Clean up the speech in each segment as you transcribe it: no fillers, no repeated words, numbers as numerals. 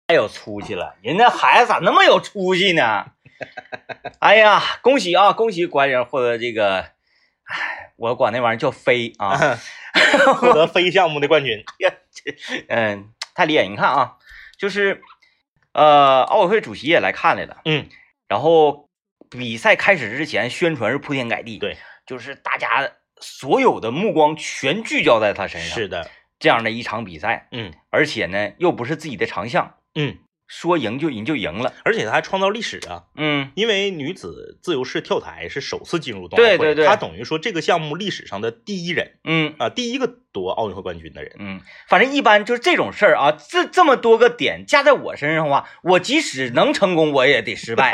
太有出息了，人家孩子咋那么有出息呢？哎呀，恭喜啊，恭喜管理获得这个，我管那玩意儿叫飞啊， 获得飞项目的冠军。 太厉害！你看啊，就是奥委会主席也来看来了，然后比赛开始之前宣传是铺天盖地， 对， 就是大家所有的目光全聚焦在他身上， 是的， 这样的一场比赛，而且呢又不是自己的长项，说赢就赢了， 而且他还创造历史啊，因为女子自由式跳台是首次进入冬奥会， 对， 他等于说这个项目历史上的第一人，第一个夺奥运会冠军的人， 反正一般就是这种事儿啊，这么多个点加在我身上的话，我即使能成功，我也得失败，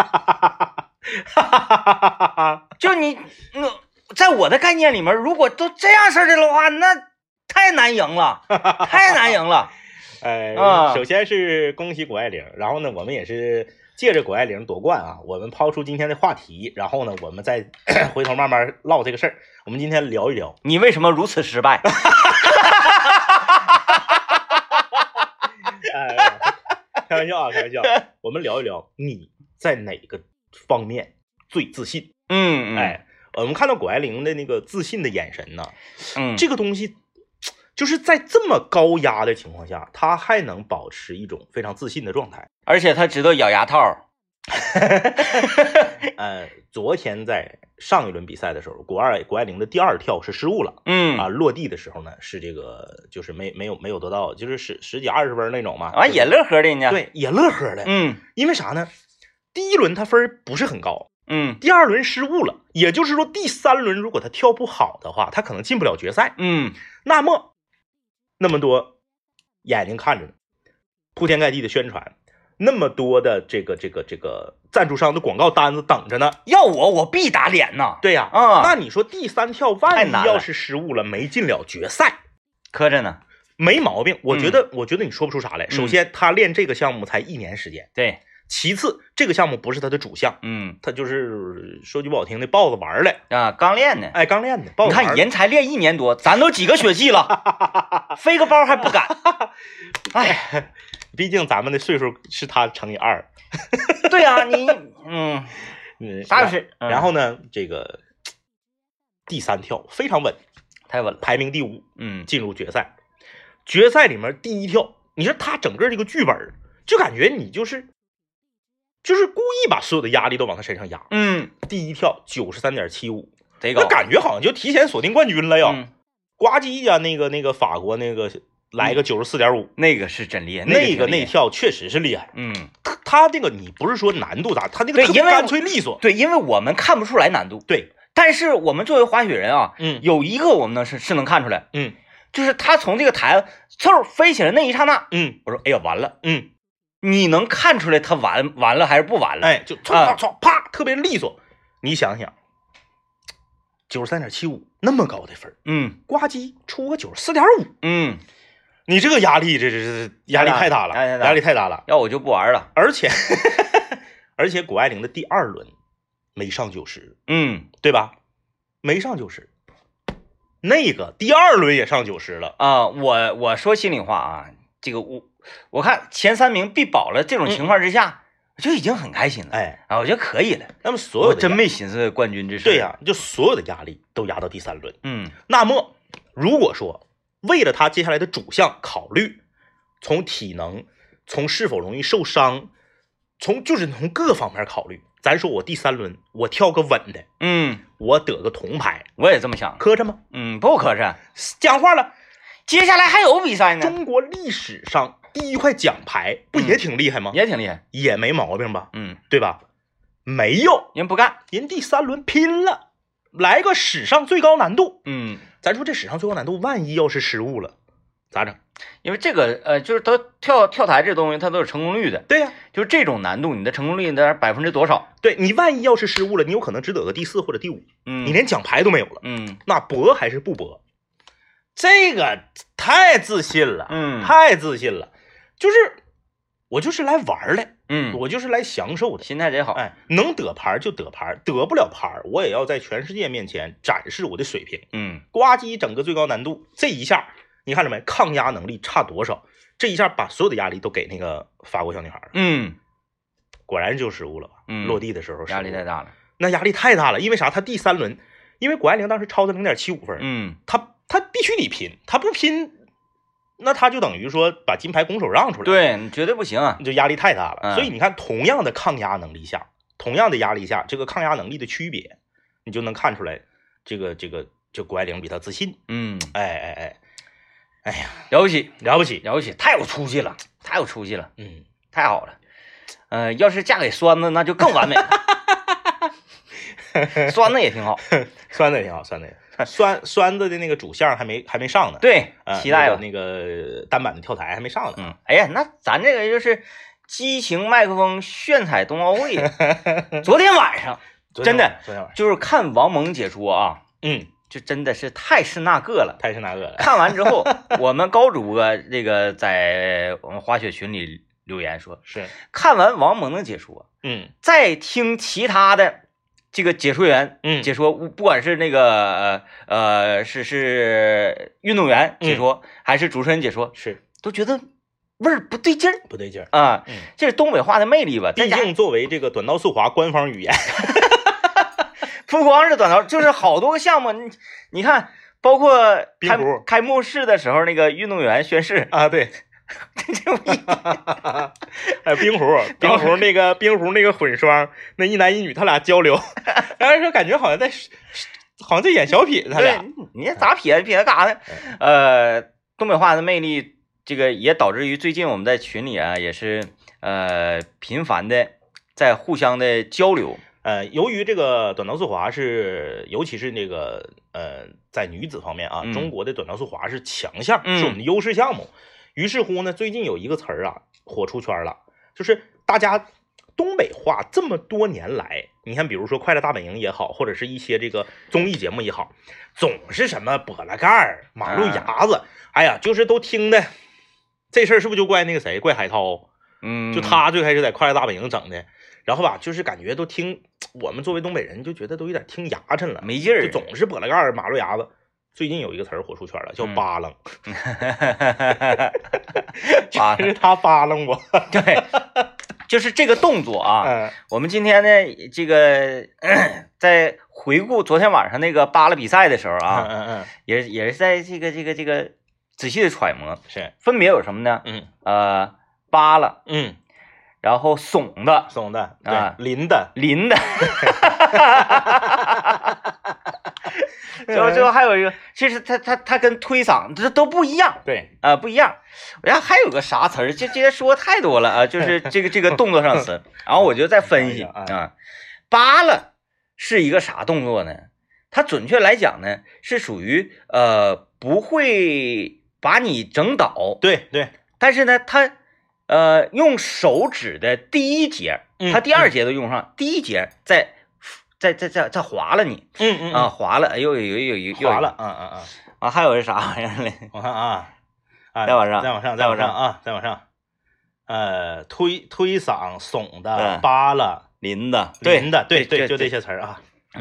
就你在我的概念里面，如果都这样式的话，那太难赢了，太难赢了。 首先是恭喜谷爱凌，然后呢，我们也是借着谷爱凌夺冠啊，我们抛出今天的话题，然后呢，我们再回头慢慢唠这个事儿。我们今天聊一聊， 你为什么如此失败？ 开玩笑啊，开玩笑。我们聊一聊你在哪个方面最自信？我们看到谷爱凌的那个自信的眼神呢，这个东西。就是在这么高压的情况下，他还能保持一种非常自信的状态， 而且他知道咬牙套。 昨天在上一轮比赛的时候，谷爱凌的第二跳是失误了，落地的时候呢是这个就是没有得到，就是十几20分那种嘛， 也乐呵的呢， 对，也乐呵的，因为啥呢？第一轮他分不是很高，第二轮失误了，也就是说第三轮如果他跳不好的话，他可能进不了决赛，那么多眼睛看着呢，铺天盖地的宣传，那么多的这个赞助商的广告单子等着呢。 要我必打脸呐。 对呀，那你说第三跳万一要是失误了，没进了决赛， 磕着呢， 没毛病。我觉得你说不出啥来。首先，他练这个项目才1年时间， 对。 其次，这个项目不是他的主项，他就是说句不好听的，抱着玩来啊，刚练的， 刚练的。 你看人才练1年多，咱都几个学期了，飞个包还不敢。 哎，毕竟咱们的岁数是他乘以2。 对啊，啥也是。 然后呢，这个第三跳非常稳， 太稳了， 排名第5，进入决赛。决赛里面第一跳，你说他整个这个剧本，就感觉你就是故意把所有的压力都往他身上压。第一跳93.75， 贼高， 那感觉好像就提前锁定冠军了呀。呱唧呀，那个法国那个来个94.5， 那个是真厉害， 那跳确实是厉害。他那个你不是说难度大，他那个特别干脆利索。 对，因为我们看不出来难度。 对， 但是我们作为滑雪人啊，有一个我们是能看出来，就是他从这个台嗖飞起来那一刹那，我说哎呀完了，你能看出来他完了还是不完了？ 就唰唰啪，特别利索。你想想，93.75那么高的分，呱唧出个94.5，你这个压力，这压力太大了，压力太大了。 要我就不玩了。 而且谷爱凌的第2轮没上90，对吧？没上90，那个第2轮也上90了啊。我说心里话啊，这个我看前3名必保了，这种情况之下，就已经很开心了。我觉得可以了。 那么所有的我真没寻思冠军这事。 对呀，就所有的压力都压到第3轮。那么如果说为了他接下来的主项考虑，从体能，从是否容易受伤，从各方面考虑，咱说我第3轮我跳个稳的，我得个铜牌， 我也这么想。 磕碜吗？ 不磕碜。 讲话了， 接下来还有比赛呢。 中国历史上第1块奖牌不也挺厉害吗？ 也挺厉害， 也没毛病吧？对吧？没有， 人不干， 人第3轮拼了，来个史上最高难度。咱说这史上最高难度，万一要是失误了，咋整？ 因为这个就是他跳台这东西，它都有成功率的。 对呀， 就是这种难度，你的成功率在%多少？ 对，你万一要是失误了，你有可能只得个第4或者第5，你连奖牌都没有了。那搏还是不搏？这个太自信了，太自信了。就是我就是来玩的，我就是来享受的， 心态真好。 能得牌就得牌，得不了牌我也要在全世界面前展示我的水平。呱唧整个最高难度，这一下你看着没？抗压能力差多少？ 这一下把所有的压力都给那个法国小女孩了。果然就失误了。落地的时候压力太大了。 那压力太大了，因为啥？他第3轮，因为谷爱凌当时超的0.75分，他必须得拼，他不拼，那他就等于说把金牌拱手让出来。 对，绝对不行啊， 就压力太大了。所以你看，同样的抗压能力下，同样的压力下，这个抗压能力的区别，你就能看出来，就谷爱凌比他自信。哎呀， 了不起， 了不起， 了不起，太有出息了，太有出息了。太好了。要是嫁给栓子，那就更完美了。栓子也挺好， 栓子也挺好，栓子的那个主项还没上呢。 对，期待吧。 那个单板的跳台还没上呢。 哎呀，那咱这个就是激情麦克风炫彩冬奥会。昨天晚上真的就是看王蒙解说啊，就真的是太是那个了， 太是那个了。 看完之后，我们高主播这个在我们滑雪群里留言说， 是看完王蒙的解说，再听其他的这个解说员解说，不管是那个是运动员解说，还是主持人解说， 是都觉得味儿不对劲儿， 不对劲儿啊。这是东北话的魅力吧？ 毕竟作为这个短道速滑官方语言。 不光是短道，就是好多个项目，你看，包括开幕式的时候，那个运动员宣誓啊，对，还有冰壶那个混双，那一男一女他俩交流，然后说感觉好像在演小品，他俩， 你咋撇干啥呢？东北话的魅力，这个也导致于最近我们在群里啊，也是频繁的在互相的交流。 由于这个短道速滑尤其是那个在女子方面啊，中国的短道速滑是强项，是我们的优势项目。于是乎呢，最近有一个词儿啊火出圈了，就是大家东北话这么多年来，你看比如说快乐大本营也好，或者是一些这个综艺节目也好，总是什么簸箕盖儿、马路牙子，哎呀，就是都听的这事儿是不是就怪那个谁，怪海涛？就他最开始在快乐大本营整的。然后吧，就是感觉都听我们作为东北人就觉得都有点听牙碜了， 没劲儿， 就总是簸箕盖儿、马路牙子。最近有一个词儿火出圈了，叫扒楞。就是他扒楞我。 对，就是这个动作啊。我们今天呢，这个在回顾昨天晚上那个扒拉比赛的时候啊，也是在这个仔细的揣摩， 是分别有什么呢？扒拉，然后耸的啊，淋的， 最后还有一个，其实它跟推搡这都不一样， 对不一样。然后还有个啥词儿，这些说太多了啊，就是这个动作上词。然后我就再分析啊，扒拉是一个啥动作呢？它准确来讲呢，是属于不会把你整倒， 对， 但是呢，它用手指的第一节，它第二节都用上，第一节再划了你，划了，有划了， 还有是啥玩意儿嘞？ 我看啊， 再往上， 推搡、耸的、扒拉、 淋的， 对，就这些词儿啊。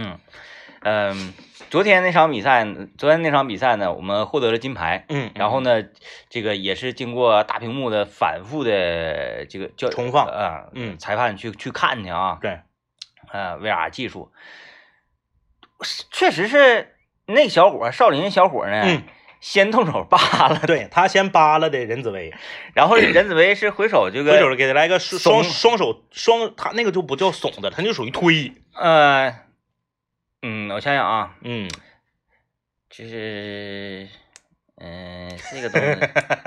昨天那场比赛呢，我们获得了金牌。然后呢，这个也是经过大屏幕的反复的这个重放啊，裁判去看去啊。 对， VR 技术确实是那小伙少林小伙呢，先动手扒拉， 对他先扒拉的任子威， 然后任子威是回手给他来个双手，他那个就不叫耸的，他就属于推。 我想想啊，就是这个东西，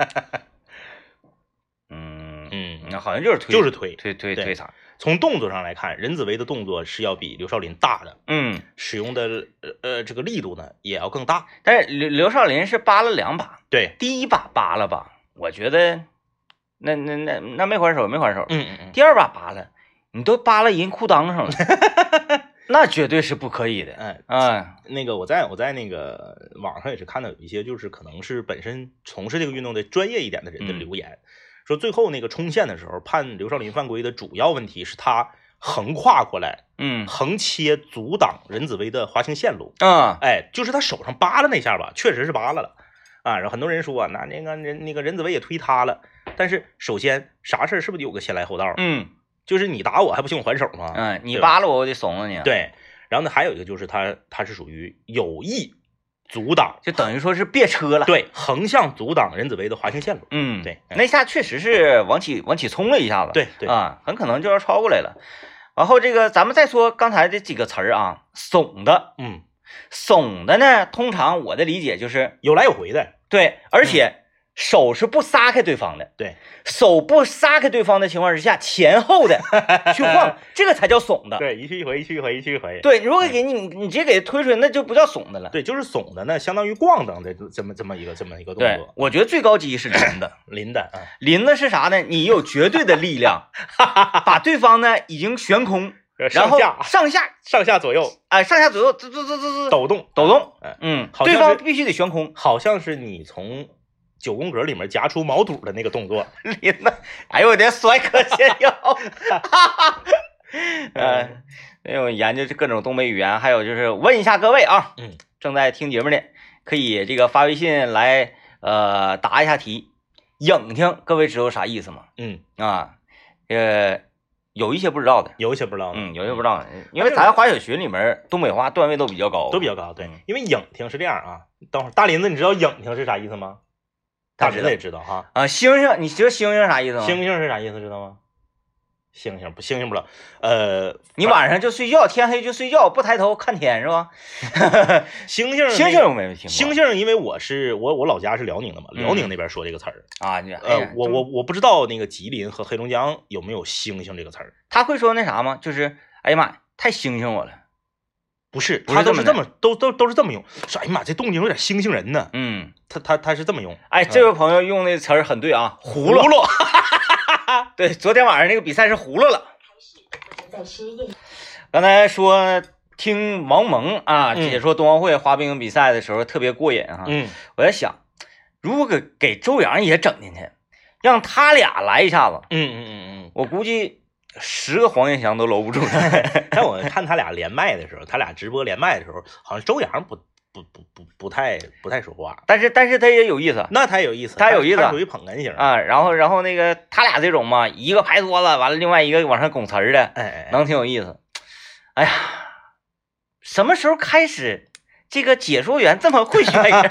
好像就是推搡。 从动作上来看，任子威的动作是要比刘少林大的，使用的这个力度呢也要更大。 但是刘少林是扒了2把， 对， 第一把扒了吧，我觉得那没还手，第二把扒了，你都扒了人裤裆上了。那绝对是不可以的。 那个我在那个网上也是看到有一些就是可能是本身从事这个运动的专业一点的人的留言，说最后那个冲线的时候判刘少林犯规的主要问题是他横跨过来，横切阻挡任子威的滑行线路。就是他手上扒拉那下吧，确实是扒拉了啊。然后很多人说那个任子威也推他了， 但是首先啥事儿是不是得有个先来后到？就是你打我还不行我还手吗？ 你扒拉我得怂了你。 对，然后呢还有一个就是他是属于有意阻挡， 就等于说是别车了。 对，横向阻挡任子威的滑行线路。对， 那下确实是往起冲了一下子。 对很可能就要超过来了。然后这个咱们再说刚才这几个词儿啊，怂的，怂的呢，通常我的理解就是有来有回的。 对，而且手是不撒开对方的。 对， 手不撒开对方的情况之下，前后的去晃，这个才叫怂的。 对，一去一回，一去一回，一去一回。 对，如果给你直接给推出去，那就不叫怂的了。 对，就是怂的呢，相当于咣当的这么一个动作。 对，我觉得最高级是临的，临的是啥呢？你有绝对的力量，把对方呢已经悬空。然后上下左右， 上下左右， 抖动， 对方必须得悬空， 好像是你从9宫格里面夹出毛肚的那个动作。 哎呦我的帅哥炫耀！我研究各种东北语言，还有就是问一下各位啊，正在听节目的可以这个发微信来答一下题。影听，各位知道啥意思吗？有一些不知道的， 有一些不知道的， 有一些不知道的，因为咱滑雪群里面东北话段位都比较高， 对，因为影听是这样啊。等会儿大林子，你知道影听是啥意思吗？大林子也知道哈。 星星，你知道星星啥意思吗？ 星星是啥意思？知道吗？星星不知道。 你晚上就睡觉，天黑就睡觉，不抬头看天是吧？ 星星我没听过。 星星，因为我老家是辽宁的嘛，辽宁那边说这个词儿啊。 我不知道那个吉林和黑龙江有没有星星这个词儿。 他会说那啥吗？就是哎呀妈，太星星我了。 不是，他都是这么都是这么用。说哎呀妈，这动静有点星星人呢。他是这么用。 哎，这位朋友用那词儿很对啊，葫芦。对，昨天晚上那个比赛是葫芦了。刚才说听王蒙啊解说冬奥会滑冰比赛的时候特别过瘾啊。我在想，如果给周洋也整进去，让他俩来一下子，我估计10个黄健翔都搂不住。 但我看他俩连麦的时候，他俩直播连麦的时候，好像周洋不太说话， 但是他也有意思， 那他有意思， 他有意思， 他属于捧哏型啊。然后那个他俩这种嘛，一个拍桌子，完了另外一个往上拱词儿的，能挺有意思。哎呀，什么时候开始这个解说员这么会选人？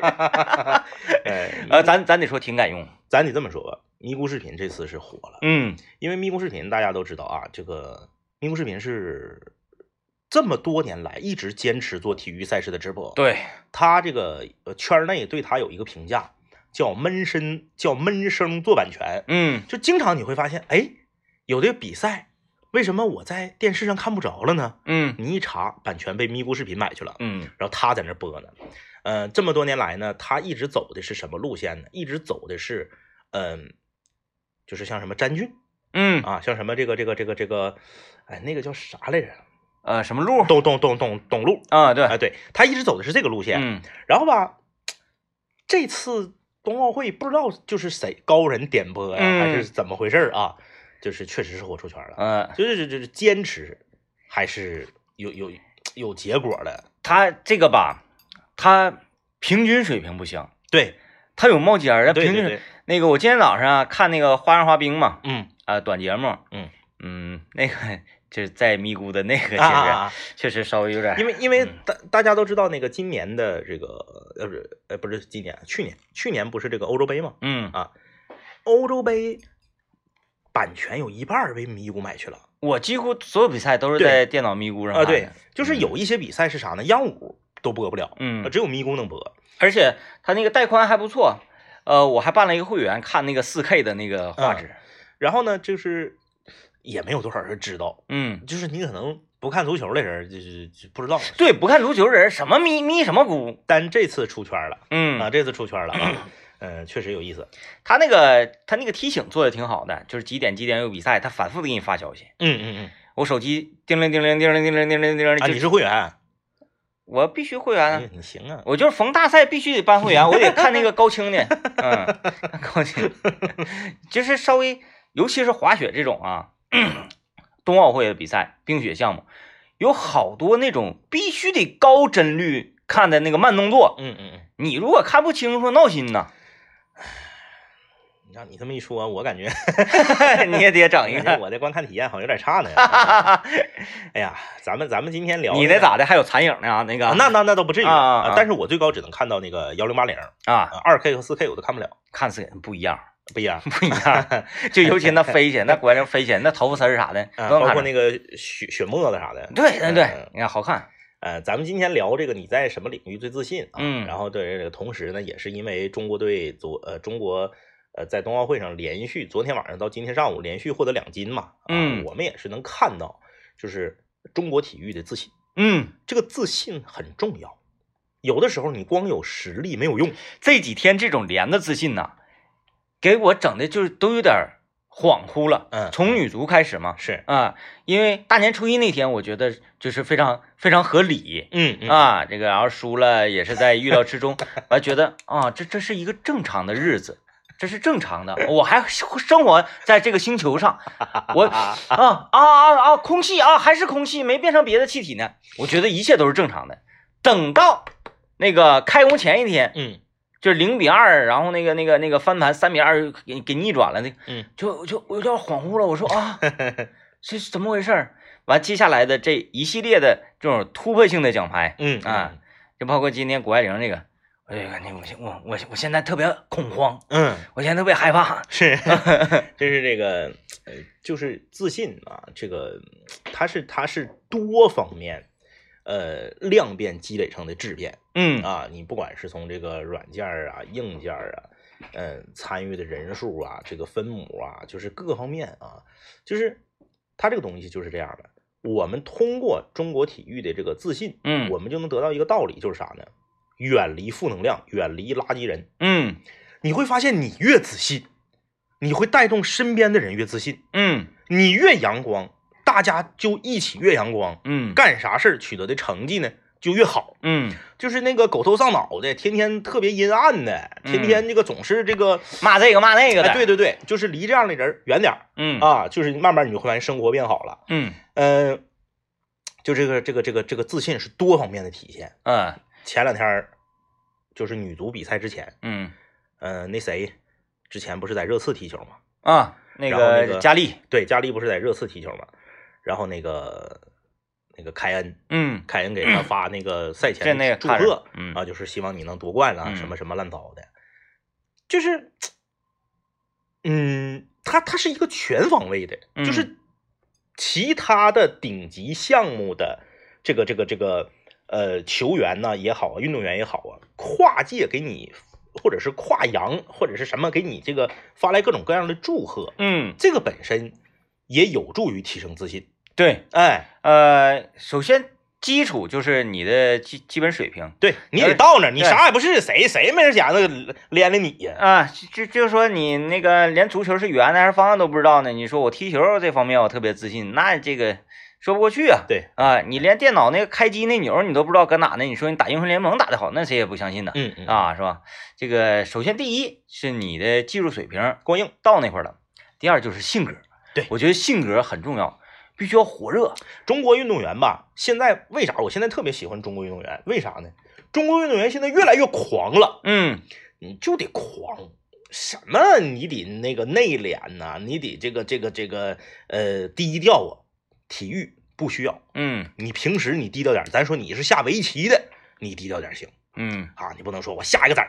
咱得说挺敢用， 咱得这么说吧。咪咕视频这次是火了，因为咪咕视频大家都知道啊，这个咪咕视频是这么多年来一直坚持做体育赛事的直播。 对， 他这个圈内对他有一个评价，叫闷声做版权。就经常你会发现，哎，有的比赛为什么我在电视上看不着了呢？你一查，版权被咪咕视频买去了。然后他在那播呢。这么多年来呢，他一直走的是什么路线呢？一直走的是就是像什么詹俊，像什么这个，哎，那个叫啥来着？ 什么路？ 董路啊，对， 哎，对，他一直走的是这个路线。然后吧，这次冬奥会不知道就是谁高人点播呀，还是怎么回事啊？就是确实是火出圈了。就是坚持还是有结果的。 他这个吧，他平均水平不行， 对， 他有冒尖儿的平均。 对， 那个我今天早上看那个花样滑冰嘛，短节目，那个就是在咪咕的那个确实稍微有点， 因为大家都知道那个今年的这个不是今年，去年不是这个欧洲杯嘛，欧洲杯版权有一半被咪咕买去了。 我几乎所有比赛都是在电脑咪咕上看的。 对，就是有一些比赛是啥呢？央五都播不了，只有咪咕能播， 而且它那个带宽还不错。我还办了一个会员，看那个4K 的那个画质。 然后呢，就是也没有多少人知道，就是你可能不看足球的人就是不知道。 对，不看足球的人什么咪什么咕， 但这次出圈了，这次出圈了啊，确实有意思。 他那个提醒做的挺好的，就是几点有比赛，他反复的给你发消息。我手机叮铃叮铃叮铃叮铃叮铃叮铃。 啊，你是会员？ 我必须会员啊！ 你行啊， 我就是逢大赛必须得办会员，我得看那个高清的，高清，就是稍微，尤其是滑雪这种啊，冬奥会的比赛，冰雪项目有好多那种必须得高帧率看的那个慢动作，你如果看不清楚，闹心呐。 让你这么一说，我感觉你也得整一个， 我的观看体验好像有点差呢。哎呀，咱们今天聊你那咋的？还有残影呢啊？那个那都不至于但是我最高只能看到那个1080 啊 ，2K 和4K 我都看不了， 看4K 不一样。 不一样， 就尤其那飞起，那关键飞起，那头发丝啥的， 包括那个血沫子啥的， 对，你看好看。 咱们今天聊这个你在什么领域最自信啊？然后对这个同时呢，也是因为中国队中国在冬奥会上昨天晚上到今天上午连续获得2金嘛，我们也是能看到，就是中国体育的自信，这个自信很重要，有的时候你光有实力没有用， 这几天这种连的自信呐。给我整的就是都有点恍惚了，从女足开始嘛， 是因为大年初一那天，我觉得就是非常非常合理，这个然后输了也是在预料之中，我觉得这是一个正常的日子，这是正常的，我还生活在这个星球上，我空气还是空气，没变成别的气体呢，我觉得一切都是正常的。等到那个开工前一天，就是0-2，然后那个翻盘3-2给逆转了，那就有点恍惚了。我说这是怎么回事？完接下来的这一系列的这种突破性的奖牌，就包括今天谷爱凌这个，我现在特别恐慌，我现在特别害怕， 是，就是这个就是自信啊，这个它是多方面。量变积累成的质变，你不管是从这个软件啊、硬件啊，参与的人数啊，这个分母啊，就是各个方面啊，就是它这个东西就是这样的。我们通过中国体育的这个自信，我们就能得到一个道理，就是啥呢？远离负能量，远离垃圾人。你会发现，你越自信，你会带动身边的人越自信。你越阳光。大家就一起越阳光，干啥事儿取得的成绩呢就越好，就是那个狗头上脑的，天天特别阴暗的，天天这个总是这个骂这个骂那个的， 对，就是离这样的人远点，就是慢慢你就会发现生活变好了，就这个自信是多方面的体现，前2天就是女足比赛之前，那谁之前不是在热刺踢球吗？ 那个佳丽， 对，佳丽不是在热刺踢球吗？然后那个凯恩，凯恩给他发那个赛前的祝贺，就是希望你能夺冠了，什么什么乱糟的，就是，他是一个全方位的，就是其他的顶级项目的这个球员呢也好，运动员也好跨界给你，或者是跨洋或者是什么给你这个发来各种各样的祝贺，这个本身也有助于提升自信。 对，首先基础就是你的基本水平， 对你得到那儿，你啥也不是，谁没人想那个连累你呀？ 就说你那个连足球是圆的还是方向都不知道呢，你说我踢球这方面我特别自信，那这个说不过去啊。 对你连电脑那个开机那钮你都不知道搁哪呢，你说你打英雄联盟打得好，那谁也不相信呢。是吧？这个首先第一是你的技术水平过硬到那块了，第二就是性格。 对， 我觉得性格很重要。必须要火热。 中国运动员吧，现在为啥？我现在特别喜欢中国运动员，为啥呢？中国运动员现在越来越狂了。你就得狂，什么你得那个内敛呐，你得这个低调啊。体育不需要。你平时你低调点，咱说你是下围棋的，你低调点行。你不能说我下一个子儿，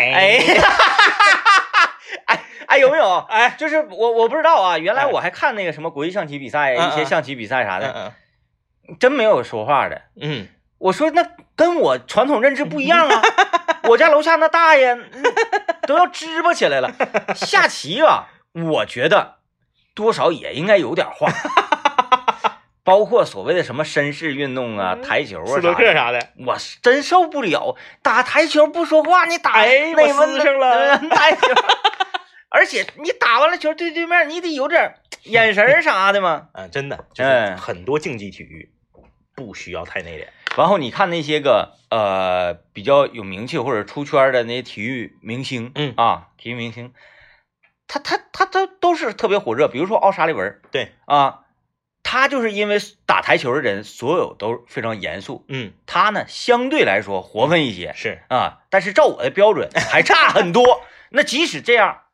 有没有？就是我不知道啊。原来我还看那个什么国际象棋比赛，一些象棋比赛啥的，真没有说话的。我说那跟我传统认知不一样啊。我家楼下那大爷都要支巴起来了。下棋啊，我觉得多少也应该有点话。包括所谓的什么绅士运动啊，台球啊， 斯诺克啥的， 我真受不了。打台球不说话，你打内温上了， 台球。而且你打完了球，对面你得有点眼神啥的嘛。 真的，就是很多竞技体育不需要太内敛。 然后你看那些个比较有名气或者出圈的那些体育明星，体育明星，他都是特别火热。比如说奥沙利文， 对他就是因为打台球的人所有都非常严肃，他呢相对来说活分一些， 是但是照我的标准还差很多。那即使这样，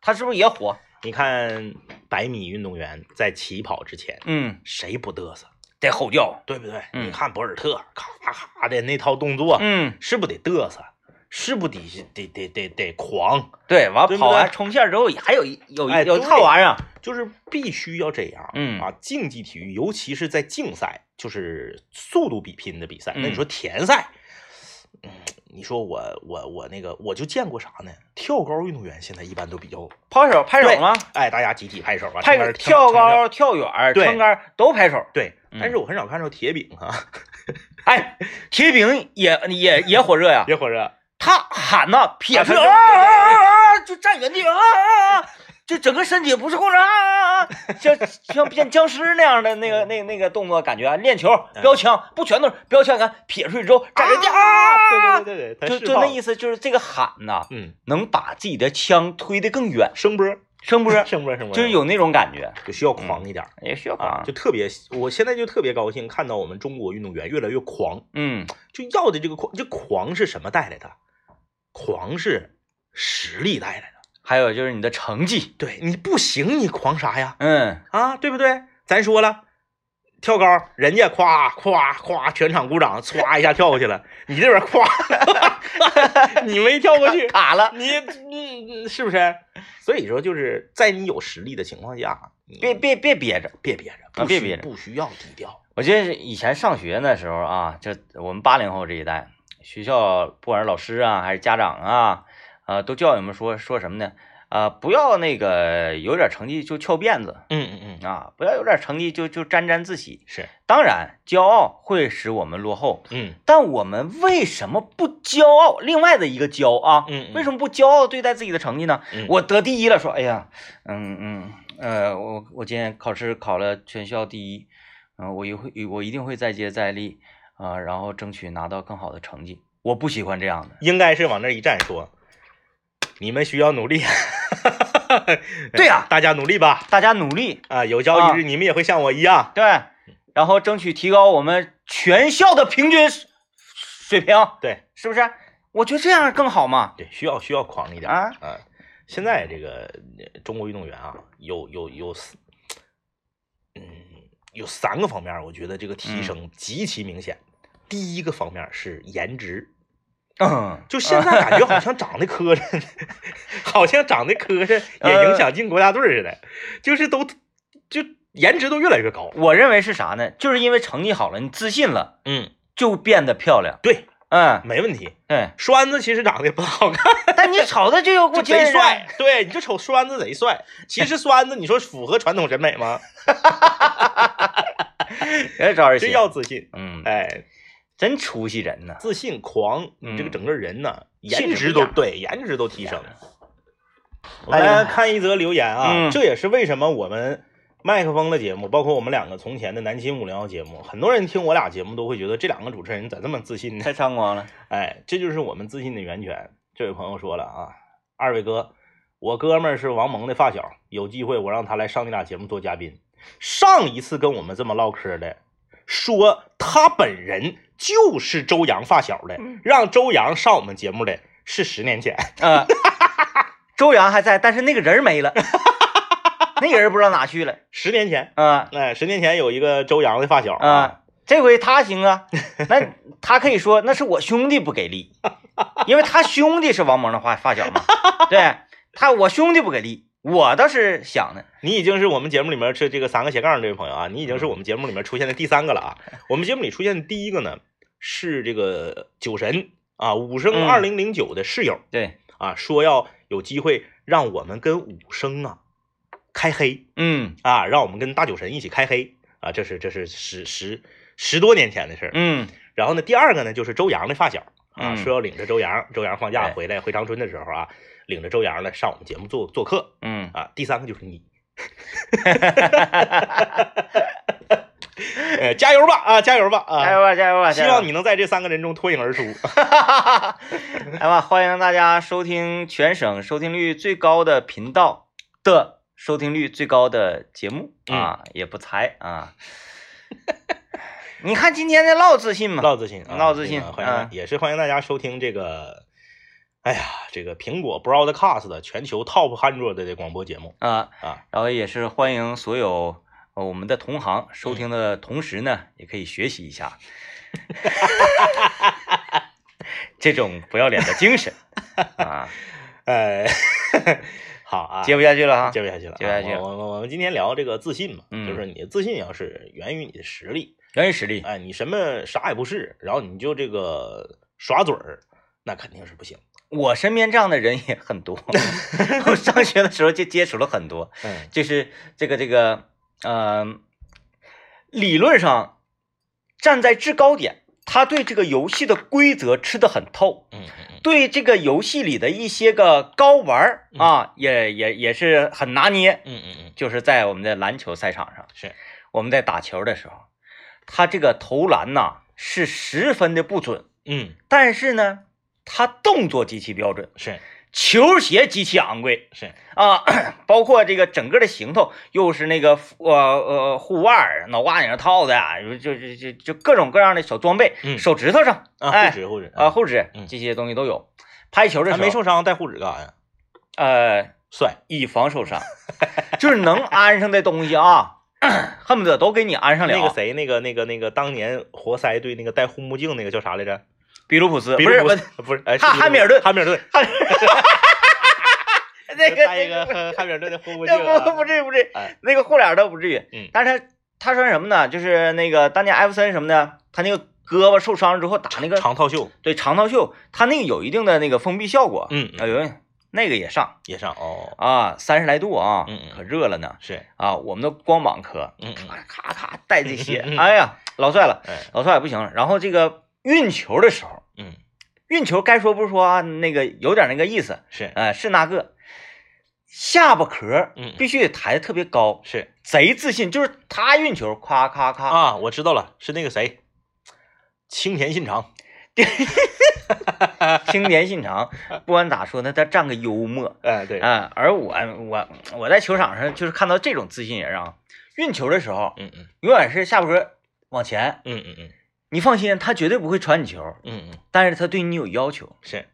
他是不是也火？ 你看100米运动员在起跑之前，谁不嘚瑟？ 得吼叫， 对不对？你看博尔特咔咔的那套动作，是不得嘚瑟？是不得狂？ 对，完跑完冲线之后还有一套玩意儿， 就是必须要这样。竞技体育，尤其是在竞赛，就是速度比拼的比赛。那你说田赛，你说我那个我就见过啥呢？跳高运动员现在一般都比较拍手吗？ 哎，大家集体拍手啊， 跳高、跳远、撑杆都拍手。 对，但是我很少看到铁饼哈。 哎，铁饼也火热呀， 也火热。 他喊呐，撇出就站原地就整个身体不是控制像变僵尸那样的那个动作，感觉练球标枪不全都是标枪，看撇出去之后站原地对， 就那意思，就是这个喊呐，能把自己的枪推得更远， 声波， 就是有那种感觉， 就需要狂一点， 也需要狂， 就特别，我现在就特别高兴看到我们中国运动员越来越狂，就要的这个狂，这狂是什么带来的？狂是实力带来的， 还有就是你的成绩， 对，你不行你狂啥呀？对不对？咱说了，跳高人家夸全场鼓掌，唰一下跳过去了，你这边夸你没跳过去卡了， 你是不是？所以说就是在你有实力的情况下， 别憋着， 不需要低调。 我记得以前上学那时候啊，就我们80后这一代，学校不管是老师啊还是家长啊，都教育我们说什么呢？不要那个有点成绩就翘辫子，不要有点成绩就沾自喜。 是， 当然骄傲会使我们落后，但我们为什么不骄傲？另外的一个骄傲为什么不骄傲对待自己的成绩呢？我得第一了，说哎呀，我今天考试考了全校第一，我一定会再接再厉然后争取拿到更好的成绩。我不喜欢这样的， 应该是往那一站说，你们需要努力。 对呀， 大家努力吧， 大家努力啊！有朝一日你们也会像我一样， 对，然后争取提高我们全校的平均水平， 对， 是不是？我觉得这样更好嘛。 对，需要狂一点啊。现在这个中国运动员啊，有3个方面，我觉得这个提升极其明显。第一个方面是颜值。就现在感觉好像长得磕碜，也影响进国家队似的，就是就颜值都越来越高。 我认为是啥呢？就是因为成绩好了，你自信了，就变得漂亮。 对，没问题。 对， 栓子其实长得也不好看， 但你瞅着就有股劲贼帅。对，你就瞅栓子贼帅。其实栓子，你说符合传统审美吗？这要自信。 真出息人呐， 自信狂，你这个整个人呢，颜值都提升。我们来看一则留言啊，这也是为什么我们麦克风的节目，包括我们2个从前的南秦501节目，很多人听我俩节目都会觉得这2个主持人咋这么自信呢？ 太猖狂了！ 这就是我们自信的源泉。这位朋友说了啊，2位哥，我哥们儿是王蒙的发小，有机会我让他来上你俩节目做嘉宾。上一次跟我们这么唠嗑的，说他本人就是周洋发小的，让周洋上我们节目的是10年前。 周洋还在，但是那个人没了，那个人不知道哪去了。 10年前10年前有一个周洋的发小这回他行啊，那他可以说那是我兄弟不给力，因为他兄弟是王蒙的发小嘛。对，我兄弟不给力，我倒是想呢。 你已经是我们节目里面是这个3个斜杠这位朋友啊，你已经是我们节目里面出现的第3个了啊。我们节目里出现的第1个呢是这个酒神武生2009的室友， 对说要有机会让我们跟武生开黑，让我们跟大酒神一起开黑这是10多年前的事然后呢，第2个呢就是周洋的发小说要领着周洋放假回长春的时候领着周洋呢上我们节目做客，第3个就是你。加油吧！加油吧！希望你能在这3个人中脱颖而出。 来吧，欢迎大家收听全省收听率最高的频道的收听率最高的节目也不才你看今天的唠自信嘛， 唠自信， 唠自信， 欢迎也是欢迎大家收听这个哎呀，这个苹果 Broadcast 的全球 Top 100的广播节目啊，然后也是欢迎所有我们的同行收听的同时呢，也可以学习一下这种不要脸的精神啊。 好啊， 接不下去了哈， 接不下去了， 接不下去了。 我们今天聊这个自信嘛，就是你的自信要是源于你的实力， 源于实力。 哎，你什么啥也不是，然后你就这个耍嘴儿，那肯定是不行。 我身边这样的人也很多，我上学的时候就接触了很多，就是这个理论上站在制高点，他对这个游戏的规则吃得很透，对这个游戏里的一些个高玩啊，也是很拿捏，就是在我们的篮球赛场上， 是我们在打球的时候，他这个投篮呐是十分的不准，但是呢。他动作极其标准， 是球鞋极其昂贵， 是啊，包括这个整个的行头又是那个护腕、脑瓜顶套的啊，就各种各样的小装备，手指头上护指这些东西都有。拍球的时候他没受伤，戴护指干啥呀？帅， 以防受伤，就是能安上的东西啊，恨不得都给你安上了。 那个谁，那个当年活塞队那个戴护目镜那个叫啥来着？ 比卢普斯不是， 汉密尔顿，那个戴一个汉密尔顿的护目镜， 不至于，那个护脸倒不至于。但是他说什么呢？就是那个当年艾弗森什么的，他那个胳膊受伤之后打那个长套袖， 对长套袖，他那个有一定的那个封闭效果。有那个也上哦啊，30来度啊，可热了呢。 是啊，我们的光膀科，咔咔带这些，哎呀，老帅了，老帅不行了。然后这个。运球的时候，运球该说不说啊，那个有点那个意思，是那个下巴壳，必须得抬得特别高， 是贼自信，就是他运球，咔咔咔啊，我知道了，是那个谁，青田信长， 青田信长，不管咋说呢，他占个幽默， 对， 而我在球场上就是看到这种自信人啊，运球的时候，永远是下巴壳往前，你放心，他绝对不会传你球，但是他对你有要求， 是，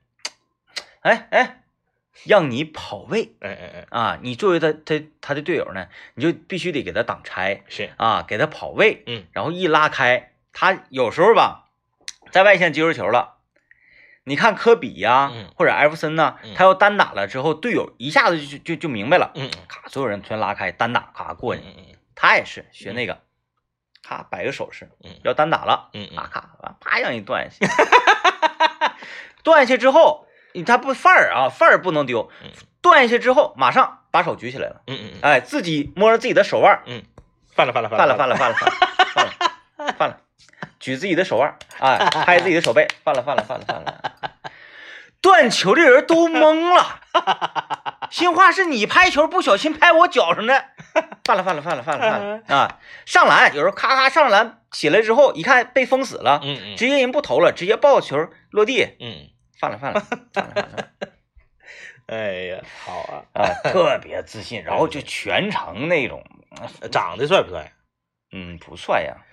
让你跑位， 啊， 你作为他的队友呢，你就必须得给他挡拆， 是啊，给他跑位，然后一拉开，他有时候吧，在外线接住球了，你看科比呀，或者艾弗森呐，他要单打了之后，队友一下子就明白了，咔，所有人全拉开，单打，咔过去，他也是学那个。咔摆个手势，要单打了，咔啪让你断下去，断下去之后，他不范儿不能丢，断下去之后马上把手举起来了，哎，自己摸着自己的手腕， 犯了， 举自己的手腕，哎，拍自己的手背，犯了，断球的人都懵了，心话是你拍球不小心拍我脚上的。犯了啊！上篮有时候咔咔上篮起来之后，一看被封死了，直接人不投了，直接抱球落地，犯了。 哎呀，好特别自信，然后就全程那种， 长得帅不帅？ 不帅呀，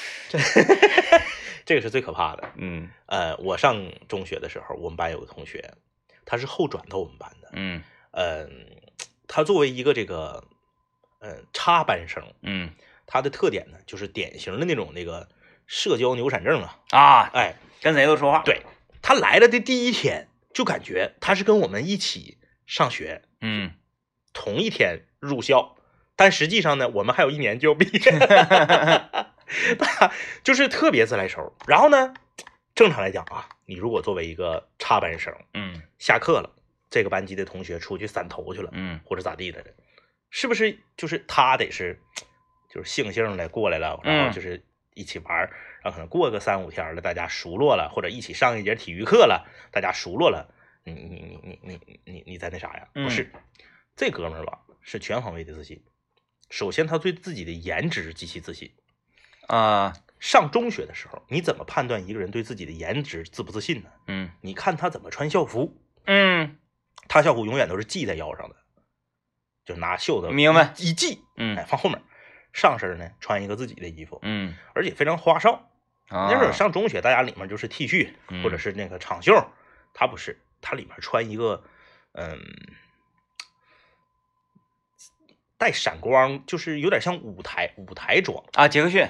这个是最可怕的。我上中学的时候，我们班有个同学，他是后转到我们班的，他作为一个这个。插班生，他的特点呢，就是典型的那种那个社交牛闪症哎，跟谁都说话。 对，他来了的第一天，就感觉他是跟我们一起上学，同一天入校，但实际上呢，我们还有1年就要毕业，就是特别自来熟。然后呢，正常来讲啊，你如果作为一个插班生，下课了，这个班级的同学出去散头去了，或者咋地的。是不是就是他得是就是悻悻的过来了，然后就是一起玩，然后可能过个3-5天了，大家熟络了，或者一起上一节体育课了，大家熟络了，你在那啥呀？不是，这哥们儿吧是全方位的自信。首先他对自己的颜值极其自信啊。 上中学的时候，你怎么判断一个人对自己的颜值自不自信呢？你看他怎么穿校服。他校服永远都是系在腰上的。就拿袖子明白一系，放后面，上身呢穿一个自己的衣服，而且非常花哨。那时候上中学，大家里面就是 T 恤或者是那个长袖，他不是， 他里面穿一个带闪光，就是有点像舞台装啊，杰克逊，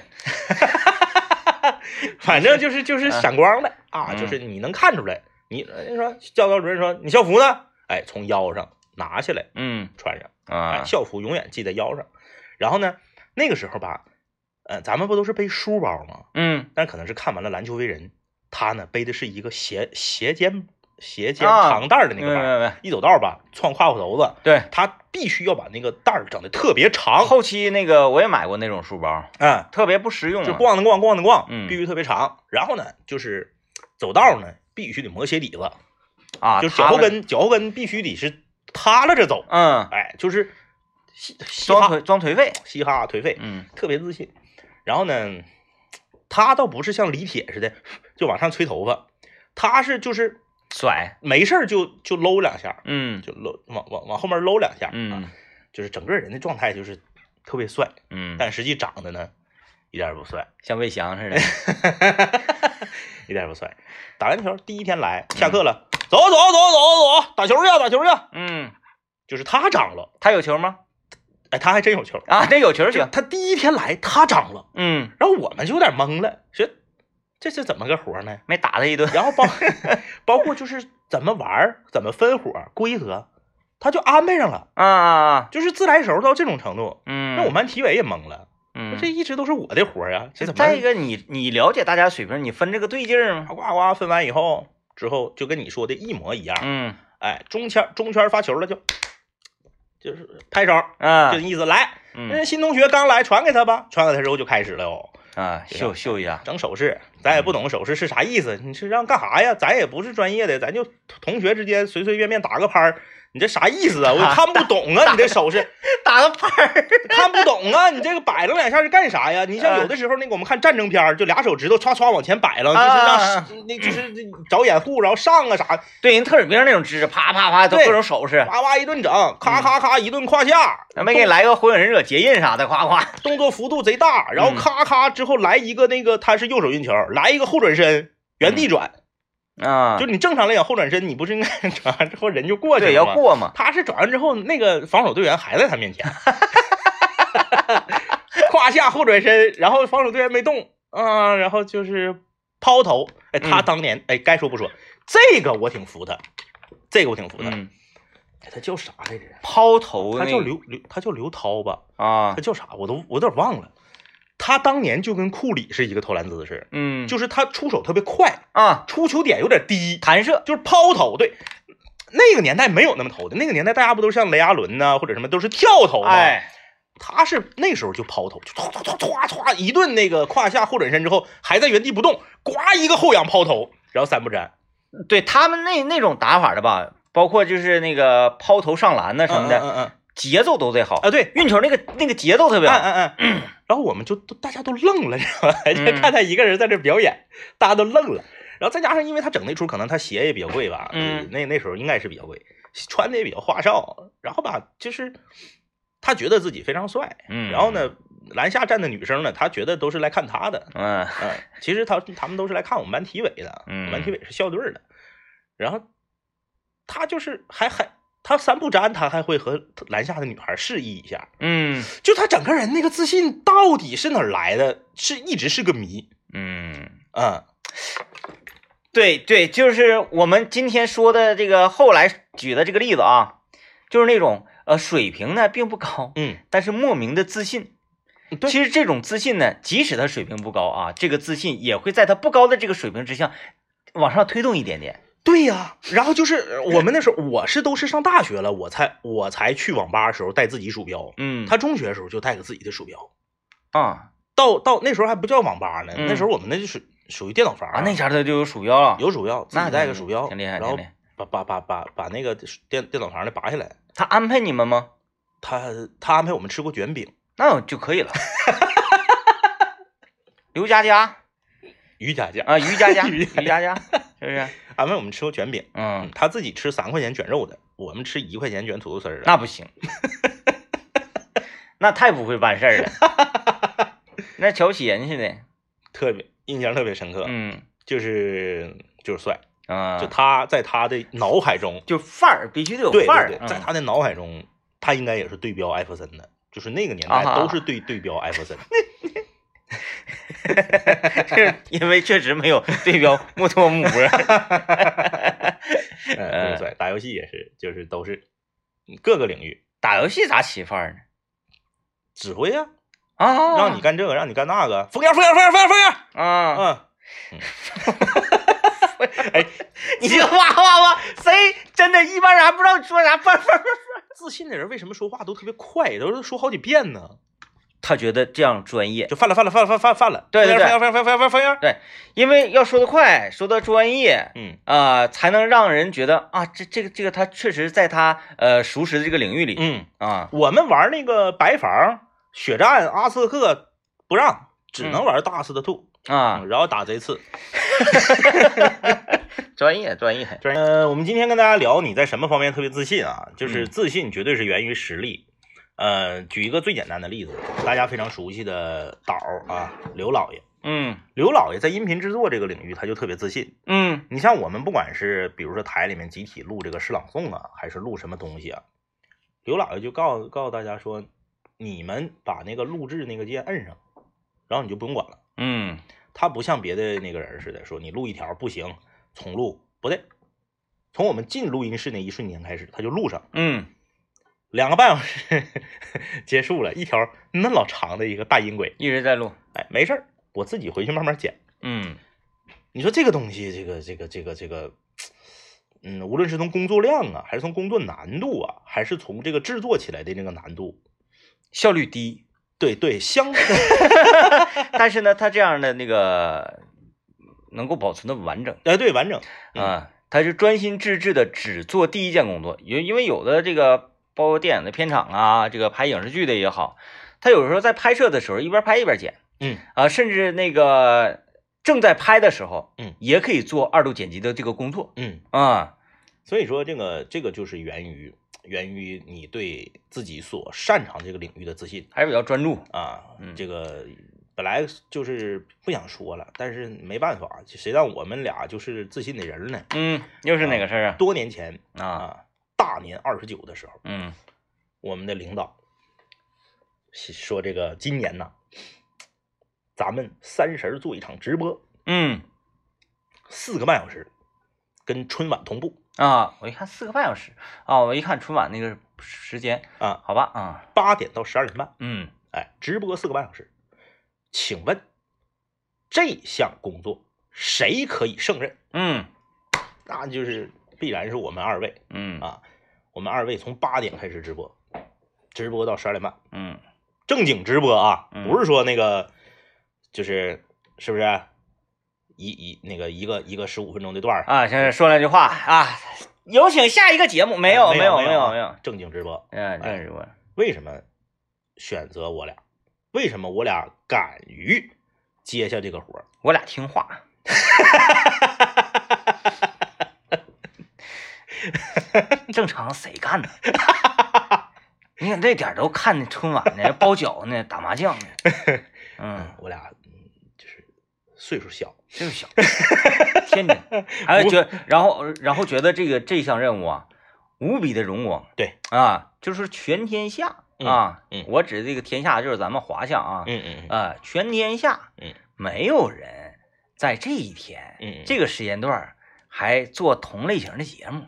反正就是闪光的啊，就是你能看出来。你说教导主任说你校服呢？哎，从腰上拿下来，穿上啊，校服永远系在腰上。然后呢，那个时候吧，咱们不都是背书包吗？但可能是看完了《篮球为人》，他呢背的是一个斜肩长带的那个包，一走道吧窜胯骨头子。 对， 他必须要把那个带整的特别长。 后期那个我也买过那种书包，特别不实用， 就逛的逛，必须特别长。然后呢，就是走道呢必须得磨鞋底子啊， 就脚后跟必须得是塌了着走。哎，就是装颓废， 嘻哈颓废，特别自信。然后呢，他倒不是像李铁似的就往上吹头发，他是就是甩， 没事就搂两下， 就搂往后面搂两下，就是整个人的状态就是特别帅，但实际长得呢一点也不帅， 像魏翔似的， 一点也不帅。打篮球第一天来，下课了，走，打球去，就是他长了， 他有球吗？ 哎，他还真有球啊，这有球行。 他第一天来，他长了，然后我们就有点懵了，说这是怎么个活呢？ 没打他一顿。 然后包括就是怎么玩，怎么分伙，规则，他就安排上了啊， 就是自来熟到这种程度。那我们班体委也懵了，这一直都是我的活呀，这怎么？ 再一个，你了解大家水平，你分这个对劲吗？ 呱分完以后，之后就跟你说的一模一样。哎，中圈发球了就是拍手，就意思来。那新同学刚来，传给他吧，传给他之后就开始了哟。 秀一下， 整手势，咱也不懂手势是啥意思，你是让干啥呀？咱也不是专业的，咱就同学之间随便打个拍，你这啥意思啊？我看不懂啊，你这手势打个拍看不懂啊，你这个摆了两下是干啥呀？你像有的时候那个我们看战争片，就俩手指头歘歘往前摆了，就是让那就是找掩护，然后上啊啥。 对，人特种兵那种姿势，啪啪啪都各种手势， 哇一顿整，咔咔咔一顿胯下， 没给你来个火影忍者结印啥的，夸夸， 动作幅度贼大，然后咔咔之后来一个那个他是右手运球，来一个后转身原地转。就你正常来讲后转身，你不是应该转完之后人就过去了吗？ 对，要过嘛。 他是转完之后，那个防守队员还在他面前，胯下后转身，然后防守队员没动然后就是抛投。哎，他当年该说不说，这个我挺服他，他叫啥来着？ 抛投， 他叫刘涛吧？ 他叫啥？我有点忘了。他当年就跟库里是一个投篮姿势，就是他出手特别快出球点有点低， 弹射就是抛投。对，那个年代没有那么投的，那个年代大家不都是像雷阿伦呐或者什么都是跳投吗？他是那时候就抛投，就唰一顿那个胯下后转身之后还在原地不动，呱一个后仰抛投，然后三不沾。 对他们那种打法的吧，包括就是那个抛投上篮的什么的，节奏都贼好啊。对， 运球那个节奏特别好。 然后我们就大家都愣了，你知道吧？就看他一个人在这表演，大家都愣了。然后再加上因为他整那出，可能他鞋也比较贵吧，那时候应该是比较贵，穿的也比较花哨。然后吧，就是他觉得自己非常帅，然后呢，篮下站的女生呢，他觉得都是来看他的，其实他们都是来看我们班体委的，我们班体委是校队的。然后他就是他三不沾，他还会和篮下的女孩示意一下，就他整个人那个自信到底是哪儿来的，一直是个谜， 对，就是我们今天说的这个后来举的这个例子啊，就是那种水平呢并不高，但是莫名的自信。其实这种自信呢，即使他水平不高啊，这个自信也会在他不高的这个水平之下往上推动一点点。 对呀，然后就是我们那时候，都是上大学了，我才去网吧的时候带自己鼠标，他中学的时候就带个自己的鼠标，到那时候还不叫网吧呢，那时候我们那就是属于电脑房那前他就有鼠标了， 有鼠标，自己带个鼠标， 挺厉害， 然后把那个电脑房的拔下来。 他安排你们吗？ 他安排我们吃过卷饼， 那就可以了。刘佳佳， 于佳佳啊，于佳佳，于佳佳，是不是？ 安排我们吃过卷饼，他自己吃3块钱卷肉的，我们吃1块钱卷土豆丝的， 那不行，那太不会办事了，那瞧不起人似的， 印象特别深刻，就是帅， 就他在他的脑海中， 就范儿必须得有范儿。 对，在他的脑海中，他应该也是对标艾弗森的，就是那个年代都是对标艾弗森。 因为确实没有对标穆托姆。对， 打游戏也是，就是都是各个领域。 打游戏咋起范儿呢？ 指挥啊，让你干这个，让你干那个，封眼啊。 哎，你这哇，谁真的一般人还不知道你说啥？ 自信的人为什么说话都特别快，都是说好几遍呢？ 他觉得这样专业， 就犯了。 对， 对， 因为要说得快，说得专业，才能让人觉得啊，这个他确实在他熟识的这个领域里， 我们玩那个白房、血战、阿斯克不让，只能玩大斯的兔然后打贼次。 专业。 我们今天跟大家聊你在什么方面特别自信啊？就是自信绝对是源于实力。举一个最简单的例子，大家非常熟悉的导啊，刘老爷。刘老爷在音频制作这个领域他就特别自信。你像我们不管是比如说台里面集体录这个诗朗诵啊，还是录什么东西啊，刘老爷就告诉大家说，你们把那个录制那个键摁上，然后你就不用管了。他不像别的那个人似的说你录一条不行重录，不对，从我们进录音室那一瞬间开始他就录上。2个半小时结束了，一条那老长的一个大音轨一直在录。 哎，没事儿，我自己回去慢慢剪。你说这个东西，这个，无论是从工作量啊，还是从工作难度啊，还是从这个制作起来的那个难度， 效率低。 对， 但是呢，他这样的那个能够保存的完整。 对，完整他是专心致志的只做第一件工作，因为有的这个。包括电影的片场啊，这个拍影视剧的也好，他有时候在拍摄的时候一边拍一边剪，甚至那个正在拍的时候，也可以做2度剪辑的这个工作， 所以说这个就是源于你对自己所擅长这个领域的自信， 还是比较专注啊。这个本来就是不想说了，但是没办法，谁让我们俩就是自信的人呢？ 又是哪个事儿啊？ 多年前大年29的时候，我们的领导说这个今年呢，咱们30做一场直播，4个半小时，跟春晚同步啊。我一看4个半小时啊，我一看春晚那个时间啊， 好吧啊 ，8点到12点半，直播4个半小时，请问这项工作谁可以胜任？那就是必然是我们2位，我们2位从8点开始直播到12点半，正经直播啊，不是说那个，就是是不是一个15分钟的段啊？先说2句话啊，有请下一个节目。没有， 正经直播， 正经直播。 为什么选择我俩？为什么我俩敢于接下这个活？ 我俩听话。正常谁干呢？你看这点都看春晚呢，包饺子呢，打麻将呢。 我俩就是岁数小， 天真，还觉然后觉得这项任务啊无比的荣光。 对啊，就是全天下啊，我指这个天下就是咱们华夏啊，全天下没有人在这一天这个时间段还做同类型的节目。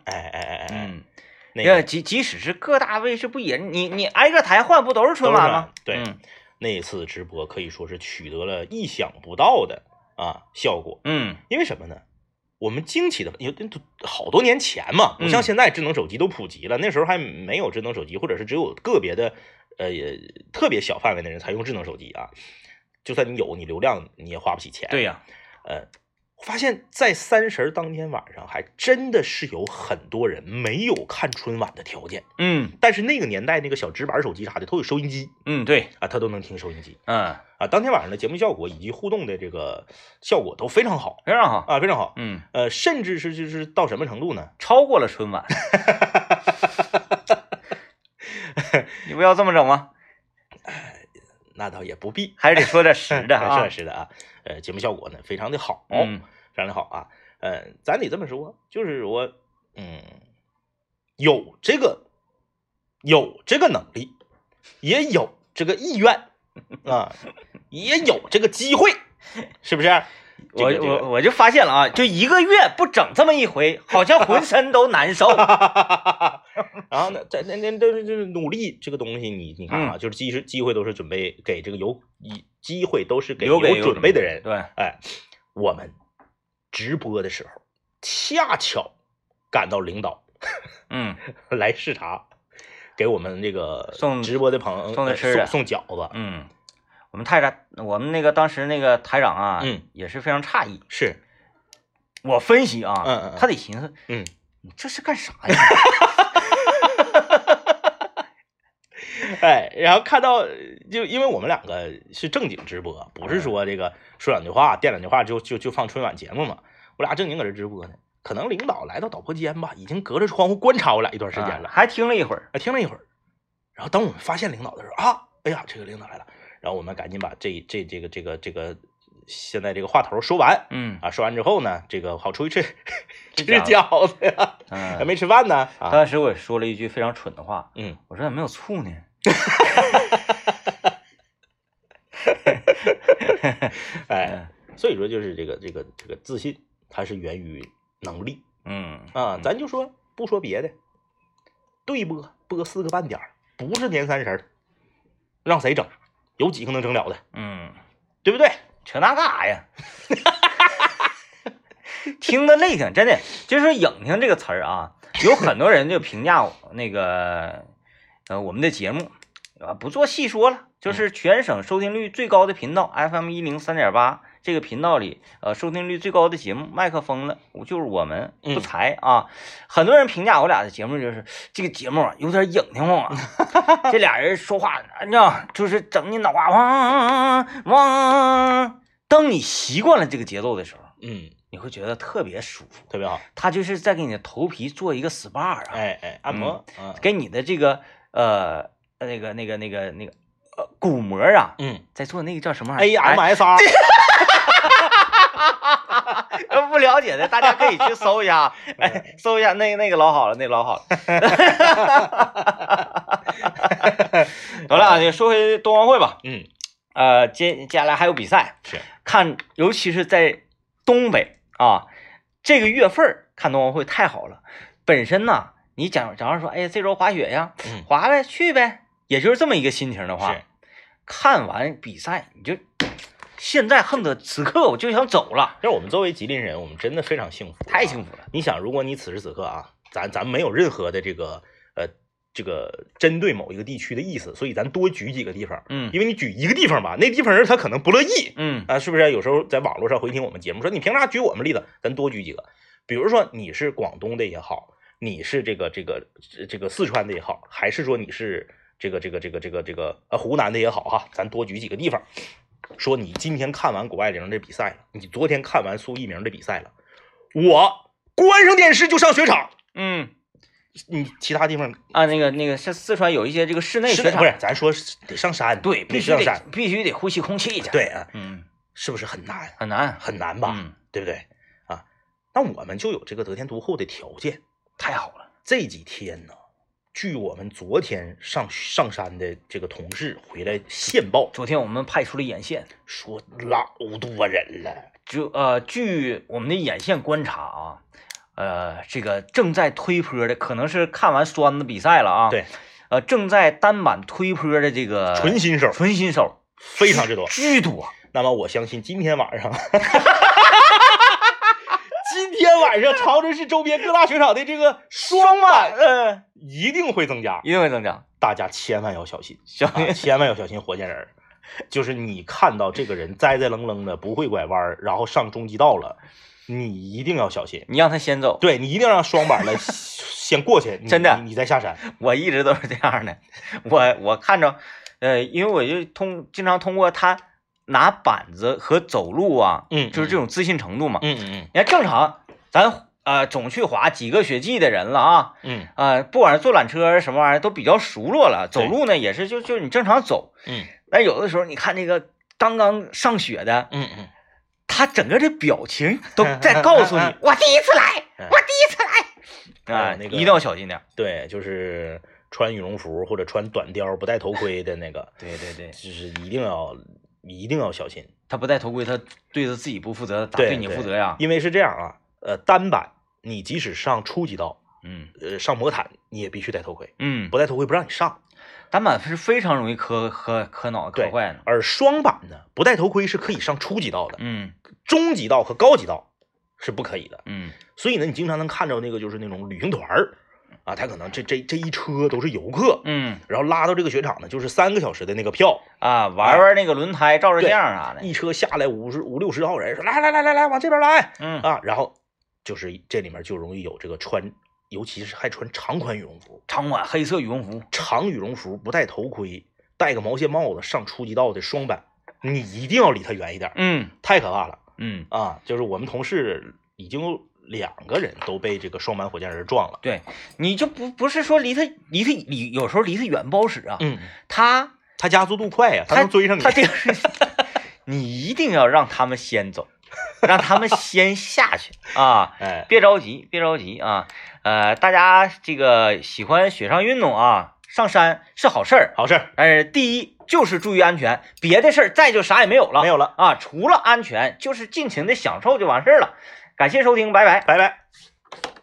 即使是各大卫视不也你挨个台换不都是春晚吗？ 对，那次直播可以说是取得了意想不到的效果。因为什么呢？我们惊奇的好多年前嘛，不像现在智能手机都普及了，那时候还没有智能手机，或者是只有个别的特别小范围的人才用智能手机啊。就算你有，你流量你也花不起钱。 对呀， 发现在30当天晚上还真的是有很多人没有看春晚的条件。但是那个年代那个小直板手机啥的都有收音机。 对啊，他都能听收音机。当天晚上的节目效果以及互动的这个效果都非常好， 非常好啊，非常好。甚至是就是到什么程度呢？ 超过了春晚。你不要这么整吗？ 那倒也不必， 还是得说点实的啊， 说点实的啊。节目效果呢非常的好，非常的好啊。 咱得这么说，就是我有这个能力，也有这个意愿啊，也有这个机会，是不是？ 我就发现了啊，就一个月不整这么一回，好像浑身都难受。 然后呢，这努力这个东西，你看啊，就是机会都是准备给这个机会都是给有准备的人。 对， 哎，我们直播的时候恰巧赶到领导来视察，给我们这个送直播的朋友送的吃的送饺子。 我们那个当时那个台长啊，也是非常诧异。 是我分析啊，他得寻思，你这是干啥呀？ 哎，然后看到就因为我们两个是正经直播，不是说这个说两句话垫两句话就放春晚节目嘛，我俩正经搁这直播呢。可能领导来到导播间吧，已经隔着窗户观察我俩一段时间了， 还听了一会儿， 然后等我们发现领导的时候啊，哎呀，这个领导来了，然后我们赶紧把这个现在这个话头说完，说完之后呢，这个好出去吃饺子呀，还没吃饭呢。 当时我也说了一句非常蠢的话，我说咋没有醋呢？ 哎，所以说就是这个自信，它是源于能力。咱就说不说别的，对播4个半点，不是年30，让谁整？有几个能整了的？对不对？ 扯那干啥呀？听得累挺，真的。就是说“影听”这个词儿啊，有很多人就评价那个我们的节目不做细说了，就是全省收听率最高的频道 FM 103.8这个频道里收听率最高的节目麦克风了，就是我们不才啊。很多人评价我俩的节目就是这个节目有点影听啊，这俩人说话你知道就是整你脑瓜汪。当你习惯了这个节奏的时候，你会觉得特别舒服， 特别好。 他就是在给你的头皮做一个 SPA 啊， 按摩， 给你的这个骨膜啊，在做那个叫什么玩意儿 ？AMSR。 不了解的大家可以去搜一下，搜一下那个老好了，那个老好了。好了，你说回冬奥会吧。接下来还有比赛， 是看，尤其是在东北啊，这个月份看冬奥会太好了。本身呢，你假如说，哎呀，这周滑雪呀，滑呗，去呗，也就是这么一个心情的话，看完比赛你就现在恨不得此刻我就想走了。 但是我们作为吉林人，我们真的非常幸福， 太幸福了。 你想，如果你此时此刻啊，咱没有任何的这个针对某一个地区的意思，所以咱多举几个地方，因为你举一个地方吧，那地方人他可能不乐意，是不是？有时候在网络上回听我们节目说，你凭啥举我们例子？咱多举几个，比如说你是广东的也好，你是这个四川的也好，还是说你是这个湖南的也好哈，咱多举几个地方，说你今天看完谷爱凌的比赛了，你昨天看完苏翊鸣的比赛了，我关上电视就上雪场，你其他地方啊，那个像四川有一些这个室内雪场， 不是，咱说得上山， 对，必须得呼吸空气去， 对啊，是不是很难？很难吧？对不对啊？那我们就有这个得天独厚的条件， 太好了。 这几天呢，据我们昨天上山的这个同事回来线报， 昨天我们派出了眼线， 说老多人了。 据我们的眼线观察啊，这个正在推坡的，可能是看完栓子比赛了啊。 对， 正在单板推坡的这个纯新手非常之多， 巨多。 那么我相信今天晚上长春市周边各大雪场的这个双板，一定会增加，大家千万要小心，千万要小心火箭人。就是你看到这个人栽栽愣愣的不会拐弯，然后上中级道了，你一定要小心， 你让他先走， 对，你一定让双板来先过去， 真的， 你再下山。 我一直都是这样的，我看着，因为我就经常通过他拿板子和走路啊，就是这种自信程度嘛，你看正常，咱总去滑几个雪季的人了啊，不管是坐缆车什么玩意儿都比较熟络了，走路呢也是就你正常走，但有的时候你看那个刚刚上雪的， 他整个这表情都在告诉你，我第一次来，我第一次来啊， 那个一定要小心点。 对，就是穿羽绒服或者穿短貂不戴头盔的那个， 对对对， 就是一定要小心。 他不戴头盔，他对他自己不负责，对你负责呀。 因为是这样啊，单板你即使上初级道，上魔毯你也必须戴头盔，不戴头盔不让你上。 单板是非常容易磕脑磕坏的， 而双板呢，不戴头盔是可以上初级道的，中级道和高级道是不可以的，所以呢，你经常能看着那个就是那种旅行团啊，他可能这一车都是游客，然后拉到这个雪场呢，就是3个小时的那个票啊，玩那个轮胎，照着相啥的， 一车下来50-60号人，说来往这边来，啊，然后就是这里面就容易有这个尤其是还穿长款羽绒服， 长款黑色羽绒服， 长羽绒服不戴头盔，戴个毛线帽子上初级道的双板，你一定要离他远一点，太可怕了，啊，就是我们同事已经有2个人都被这个双板火箭人撞了。 对，你就不是说离他有时候离他远不好使啊，他加速度快呀，他能追上你， 他这个你一定要让他们先走。让他们先下去啊！别着急啊！大家这个喜欢雪上运动啊，上山是好事儿，第一就是注意安全，别的事儿再就啥也没有了啊！除了安全，就是尽情的享受就完事儿了。感谢收听，拜拜。